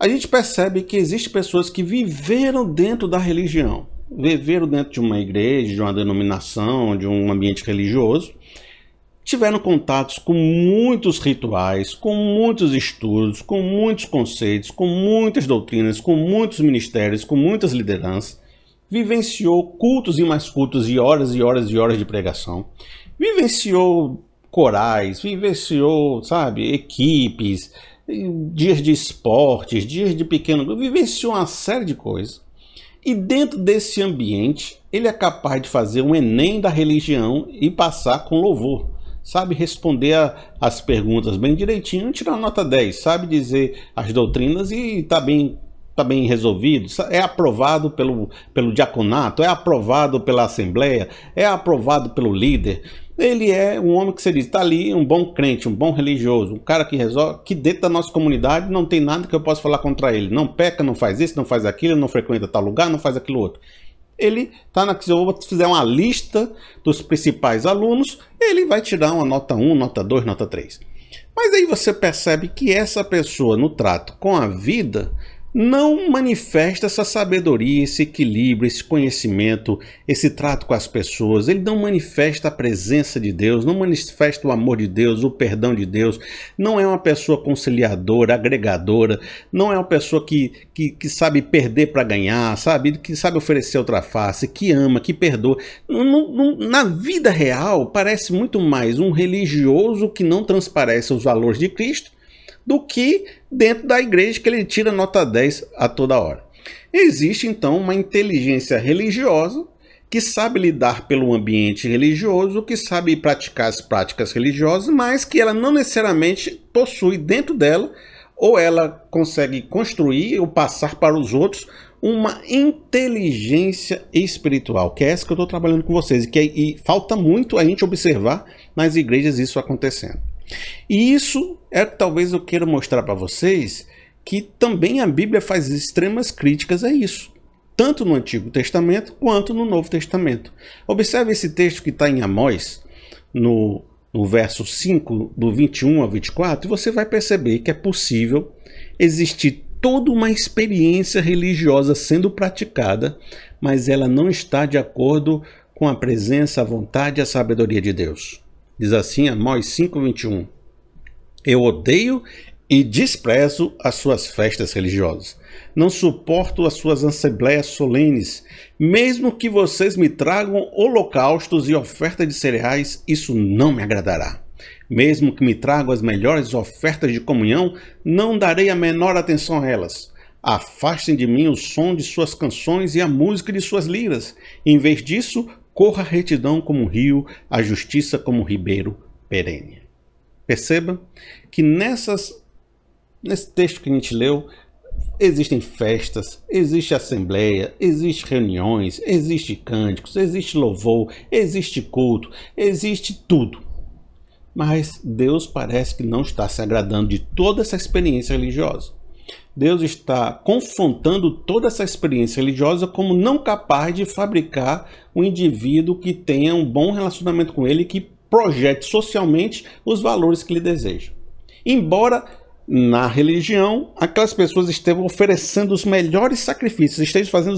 a gente percebe que existem pessoas que viveram dentro da religião, viveram dentro de uma igreja, de uma denominação, de um ambiente religioso, tiveram contatos com muitos rituais, com muitos estudos, com muitos conceitos, com muitas doutrinas, com muitos ministérios, com muitas lideranças, vivenciou cultos e mais cultos e horas e horas e horas de pregação, vivenciou corais, vivenciou, equipes, dias de esportes, dias de pequeno grupo, vivenciou uma série de coisas. E dentro desse ambiente, ele é capaz de fazer um Enem da religião e passar com louvor. Sabe responder as perguntas bem direitinho, tirar nota 10, sabe dizer as doutrinas e tá bem resolvido, é aprovado pelo diaconato, é aprovado pela assembleia, é aprovado pelo líder. Ele é um homem que você diz, está ali, um bom crente, um bom religioso, um cara que resolve, que dentro da nossa comunidade não tem nada que eu possa falar contra ele. Não peca, não faz isso, não faz aquilo, não frequenta tal lugar, não faz aquilo outro. Ele está se eu fizer uma lista dos principais alunos, ele vai tirar uma nota 1, nota 2, nota 3. Mas aí você percebe que essa pessoa no trato com a vida não manifesta essa sabedoria, esse equilíbrio, esse conhecimento, esse trato com as pessoas. Ele não manifesta a presença de Deus, não manifesta o amor de Deus, o perdão de Deus. Não é uma pessoa conciliadora, agregadora. Não é uma pessoa que sabe perder para ganhar, que sabe oferecer outra face, que ama, que perdoa. Na vida real, parece muito mais um religioso que não transparece os valores de Cristo do que dentro da igreja que ele tira nota 10 a toda hora. Existe então uma inteligência religiosa que sabe lidar pelo ambiente religioso, que sabe praticar as práticas religiosas, mas que ela não necessariamente possui dentro dela, ou ela consegue construir ou passar para os outros uma inteligência espiritual, que é essa que eu estou trabalhando com vocês, e falta muito a gente observar nas igrejas isso acontecendo. E isso é que talvez eu queira mostrar para vocês que também a Bíblia faz extremas críticas a isso, tanto no Antigo Testamento quanto no Novo Testamento. Observe esse texto que está em Amós, no verso 5, do 21 ao 24, e você vai perceber que é possível existir toda uma experiência religiosa sendo praticada, mas ela não está de acordo com a presença, a vontade e a sabedoria de Deus. Diz assim Amós 5:21, eu odeio e desprezo as suas festas religiosas. Não suporto as suas assembleias solenes. Mesmo que vocês me tragam holocaustos e oferta de cereais, isso não me agradará. Mesmo que me tragam as melhores ofertas de comunhão, não darei a menor atenção a elas. Afastem de mim o som de suas canções e a música de suas liras. Em vez disso, corra a retidão como um rio, a justiça como um ribeiro perene. Perceba que nesse texto que a gente leu, existem festas, existe assembleia, existe reuniões, existe cânticos, existe louvor, existe culto, existe tudo. Mas Deus parece que não está se agradando de toda essa experiência religiosa. Deus está confrontando toda essa experiência religiosa como não capaz de fabricar um indivíduo que tenha um bom relacionamento com ele, que projete socialmente os valores que ele deseja. Embora na religião aquelas pessoas estejam oferecendo os melhores sacrifícios, estejam fazendo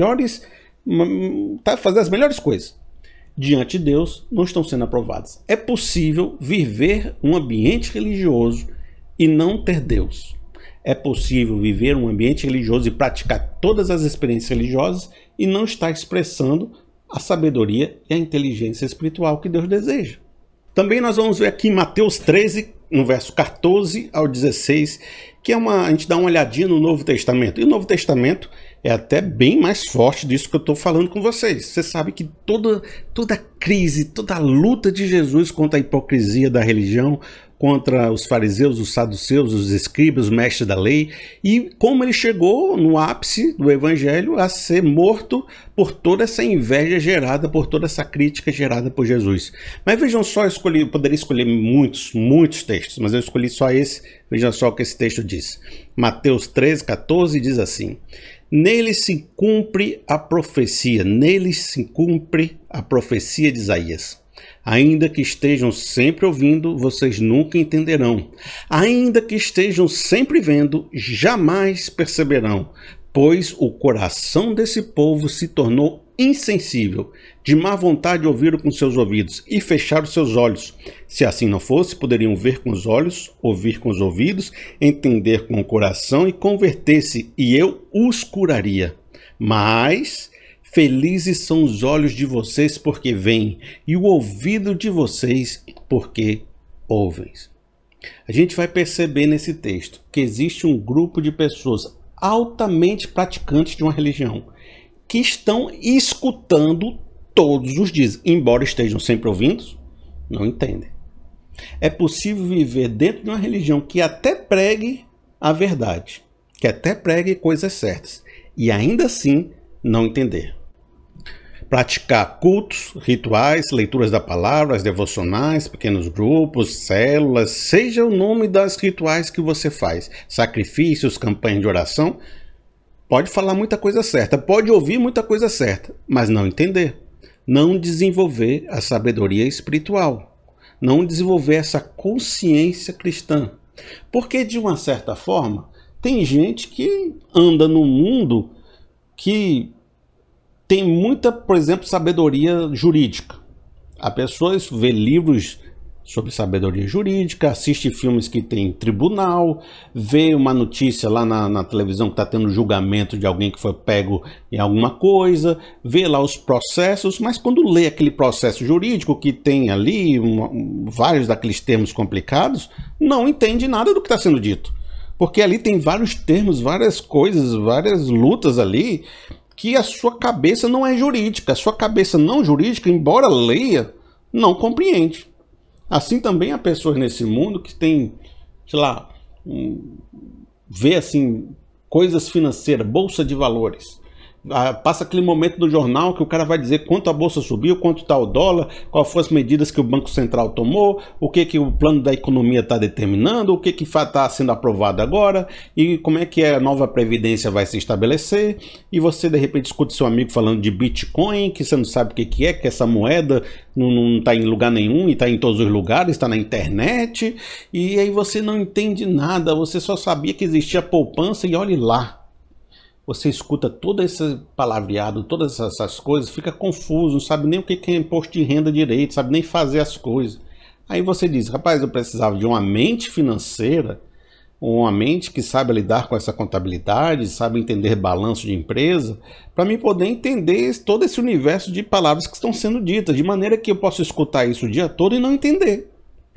fazendo as melhores coisas, diante de Deus não estão sendo aprovadas. É possível viver um ambiente religioso e não ter Deus. É possível viver um ambiente religioso e praticar todas as experiências religiosas e não estar expressando a sabedoria e a inteligência espiritual que Deus deseja. Também nós vamos ver aqui em Mateus 13, no verso 14 ao 16, que a gente dá uma olhadinha no Novo Testamento. E o Novo Testamento é até bem mais forte disso que eu estou falando com vocês. Você sabe que toda crise, toda a luta de Jesus contra a hipocrisia da religião, contra os fariseus, os saduceus, os escribas, os mestres da lei, e como ele chegou no ápice do evangelho a ser morto por toda essa inveja gerada, por toda essa crítica gerada por Jesus. Mas vejam só, eu poderia escolher muitos textos, mas eu escolhi só esse. Vejam só o que esse texto diz. Mateus 13, 14 diz assim: nele se cumpre a profecia de Isaías. Ainda que estejam sempre ouvindo, vocês nunca entenderão. Ainda que estejam sempre vendo, jamais perceberão, pois o coração desse povo se tornou insensível, de má vontade ouviram com seus ouvidos e fecharam seus olhos. Se assim não fosse, poderiam ver com os olhos, ouvir com os ouvidos, entender com o coração e converter-se, e eu os curaria. Mas felizes são os olhos de vocês porque veem, e o ouvido de vocês porque ouvem. A gente vai perceber nesse texto que existe um grupo de pessoas altamente praticantes de uma religião, que estão escutando todos os dias, embora estejam sempre ouvindo, não entendem. É possível viver dentro de uma religião que até pregue a verdade, que até pregue coisas certas, e ainda assim não entender. Praticar cultos, rituais, leituras da palavra, as devocionais, pequenos grupos, células, seja o nome das rituais que você faz, sacrifícios, campanhas de oração, pode falar muita coisa certa, pode ouvir muita coisa certa, mas não entender. Não desenvolver a sabedoria espiritual. Não desenvolver essa consciência cristã. Porque, de uma certa forma, tem gente que anda no mundo que tem muita, por exemplo, sabedoria jurídica. A pessoa vê livros sobre sabedoria jurídica, assiste filmes que tem tribunal, vê uma notícia lá na televisão que está tendo julgamento de alguém que foi pego em alguma coisa, vê lá os processos, mas quando lê aquele processo jurídico que tem ali vários daqueles termos complicados, não entende nada do que está sendo dito. Porque ali tem vários termos, várias coisas, várias lutas ali, que a sua cabeça não é jurídica. A sua cabeça não jurídica, embora leia, não compreende. Assim também há pessoas nesse mundo que tem, sei lá, vê assim, coisas financeiras, bolsa de valores. Passa aquele momento do jornal que o cara vai dizer quanto a bolsa subiu, quanto está o dólar, quais foram as medidas que o Banco Central tomou, o que o plano da economia está determinando, o que está sendo aprovado agora, e como é que a nova previdência vai se estabelecer, e você de repente escuta seu amigo falando de Bitcoin, que você não sabe o que é, que essa moeda não está em lugar nenhum, e está em todos os lugares, está na internet, e aí você não entende nada, você só sabia que existia poupança e olhe lá. Você escuta todo esse palavreado, todas essas coisas, fica confuso, não sabe nem o que é imposto de renda direito, sabe nem fazer as coisas. Aí você diz, rapaz, eu precisava de uma mente financeira, uma mente que saiba lidar com essa contabilidade, sabe entender balanço de empresa, para mim poder entender todo esse universo de palavras que estão sendo ditas, de maneira que eu possa escutar isso o dia todo e não entender.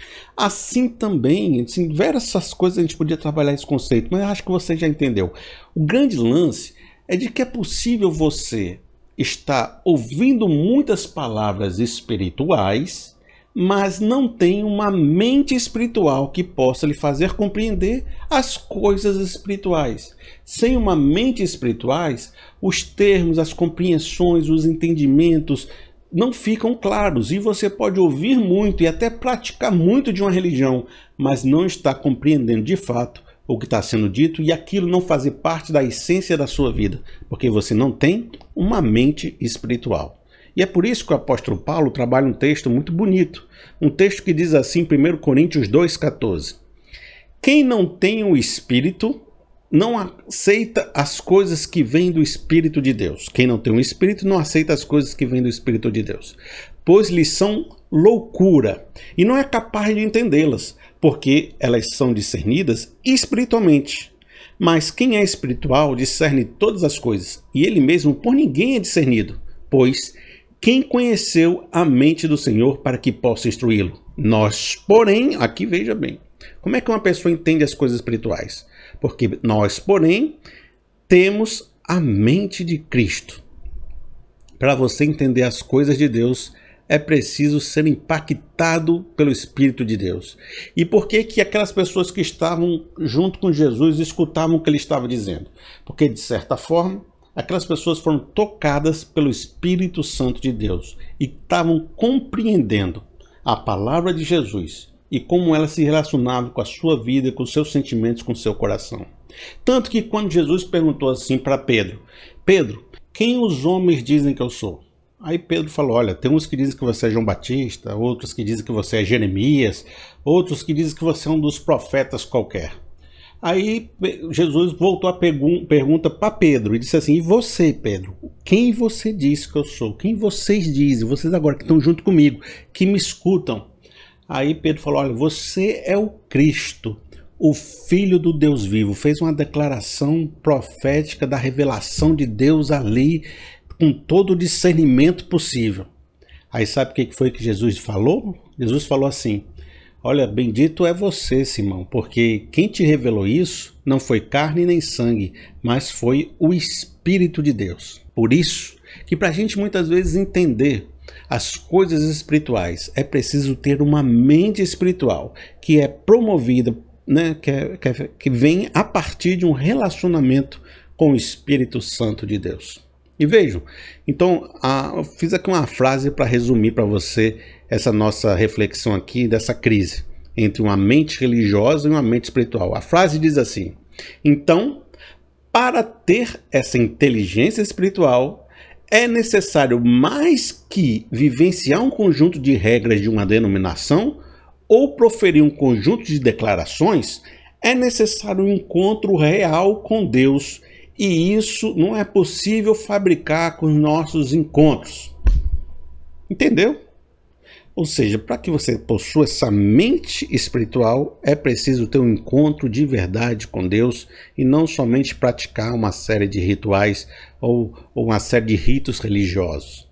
Assim também, assim, diversas coisas a gente podia trabalhar esse conceito, mas eu acho que você já entendeu. O grande lance é de que é possível você estar ouvindo muitas palavras espirituais, mas não tem uma mente espiritual que possa lhe fazer compreender as coisas espirituais. Sem uma mente espirituais, os termos, as compreensões, os entendimentos não ficam claros, e você pode ouvir muito e até praticar muito de uma religião, mas não está compreendendo de fato o que está sendo dito, e aquilo não fazer parte da essência da sua vida, porque você não tem uma mente espiritual. E é por isso que o apóstolo Paulo trabalha um texto muito bonito, um texto que diz assim, 1 Coríntios 2,14: quem não tem o Espírito não aceita as coisas que vêm do Espírito de Deus. Quem não tem um Espírito não aceita as coisas que vêm do Espírito de Deus, pois lhes são loucura, e não é capaz de entendê-las, porque elas são discernidas espiritualmente. Mas quem é espiritual discerne todas as coisas, e ele mesmo por ninguém é discernido, pois quem conheceu a mente do Senhor para que possa instruí-lo? Nós, porém, aqui veja bem, como é que uma pessoa entende as coisas espirituais? Porque nós, porém, temos a mente de Cristo. Para você entender as coisas de Deus, é preciso ser impactado pelo Espírito de Deus. E por que que aquelas pessoas que estavam junto com Jesus escutavam o que ele estava dizendo? Porque, de certa forma, aquelas pessoas foram tocadas pelo Espírito Santo de Deus e estavam compreendendo a palavra de Jesus e como ela se relacionava com a sua vida, com os seus sentimentos, com o seu coração. Tanto que quando Jesus perguntou assim para Pedro, Pedro, quem os homens dizem que eu sou? Aí Pedro falou, olha, tem uns que dizem que você é João Batista, outros que dizem que você é Jeremias, outros que dizem que você é um dos profetas qualquer. Aí Jesus voltou a pergunta para Pedro e disse assim, e você, Pedro, quem você diz que eu sou? Quem vocês dizem? Vocês agora que estão junto comigo, que me escutam. Aí Pedro falou, olha, você é o Cristo, o Filho do Deus vivo. Fez uma declaração profética da revelação de Deus ali, com todo o discernimento possível. Aí sabe o que foi que Jesus falou? Jesus falou assim, olha, bendito é você, Simão, porque quem te revelou isso não foi carne nem sangue, mas foi o Espírito de Deus. Por isso que para a gente muitas vezes entender as coisas espirituais é preciso ter uma mente espiritual que é promovida, né, que vem a partir de um relacionamento com o Espírito Santo de Deus. E vejam, então eu fiz aqui uma frase para resumir para você essa nossa reflexão aqui dessa crise entre uma mente religiosa e uma mente espiritual. A frase diz assim, então, para ter essa inteligência espiritual, é necessário mais que vivenciar um conjunto de regras de uma denominação ou proferir um conjunto de declarações, é necessário um encontro real com Deus. E isso não é possível fabricar com os nossos encontros. Entendeu? Ou seja, para que você possua essa mente espiritual, é preciso ter um encontro de verdade com Deus e não somente praticar uma série de rituais ou uma série de ritos religiosos.